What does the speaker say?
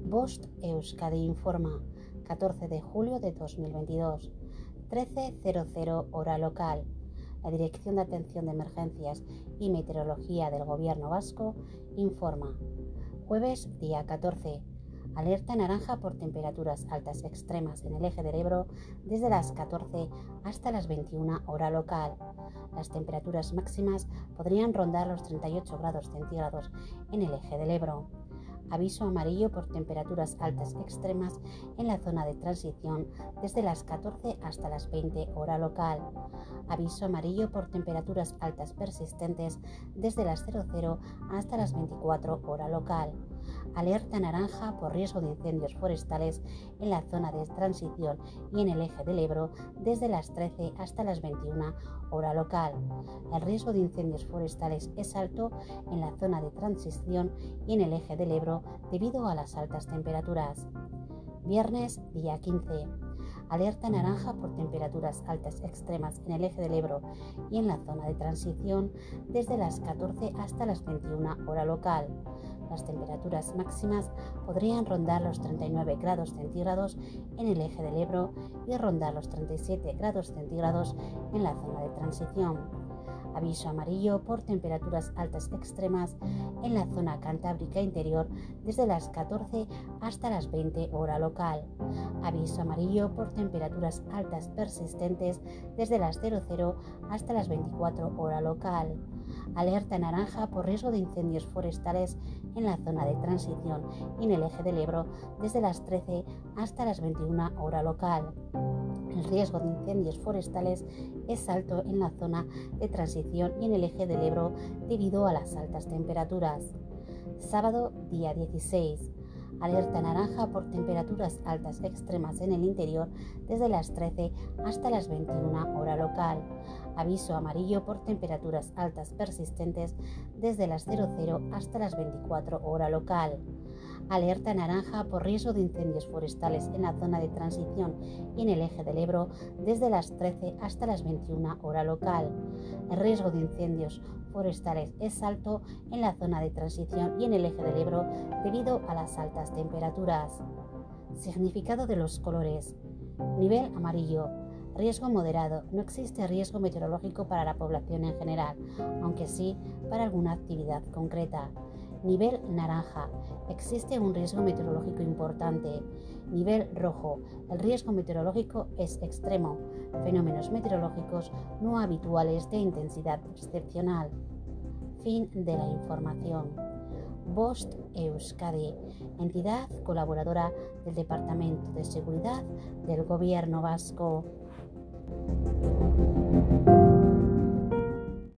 Bost Euskadi informa, 14 de julio de 2022, 13:00 hora local. La Dirección de Atención de Emergencias y Meteorología del Gobierno Vasco informa. Jueves, día 14. Alerta naranja por temperaturas altas extremas en el eje del Ebro desde las 14 hasta las 21 hora local. Las temperaturas máximas podrían rondar los 38 grados centígrados en el eje del Ebro. Aviso amarillo por temperaturas altas extremas en la zona de transición desde las 14 hasta las 20 hora local. Aviso amarillo por temperaturas altas persistentes desde las 00 hasta las 24 hora local. Alerta naranja por riesgo de incendios forestales en la zona de transición y en el eje del Ebro desde las 13 hasta las 21 hora local. El riesgo de incendios forestales es alto en la zona de transición y en el eje del Ebro debido a las altas temperaturas. Viernes, día 15. Alerta naranja por temperaturas altas extremas en el eje del Ebro y en la zona de transición desde las 14 hasta las 21 hora local. Las temperaturas máximas podrían rondar los 39 grados centígrados en el eje del Ebro y rondar los 37 grados centígrados en la zona de transición. Aviso amarillo por temperaturas altas extremas en la zona cantábrica interior desde las 14 hasta las 20 hora local. Aviso amarillo por temperaturas altas persistentes desde las 00 hasta las 24 hora local. Alerta naranja por riesgo de incendios forestales en la zona de transición y en el eje del Ebro desde las 13 hasta las 21 hora local. El riesgo de incendios forestales es alto en la zona de transición y en el eje del Ebro debido a las altas temperaturas. Sábado, día 16. Alerta naranja por temperaturas altas extremas en el interior desde las 13 hasta las 21 hora local. Aviso amarillo por temperaturas altas persistentes desde las 00 hasta las 24 hora local. Alerta naranja por riesgo de incendios forestales en la zona de transición y en el eje del Ebro desde las 13 hasta las 21 hora local. El riesgo de incendios forestales es alto en la zona de transición y en el eje del Ebro debido a las altas temperaturas. Significado de los colores. Nivel amarillo. Riesgo moderado. No existe riesgo meteorológico para la población en general, aunque sí para alguna actividad concreta. Nivel naranja. Existe un riesgo meteorológico importante. Nivel rojo. El riesgo meteorológico es extremo. Fenómenos meteorológicos no habituales de intensidad excepcional. Fin de la información. Bost Euskadi, entidad colaboradora del Departamento de Seguridad del Gobierno Vasco.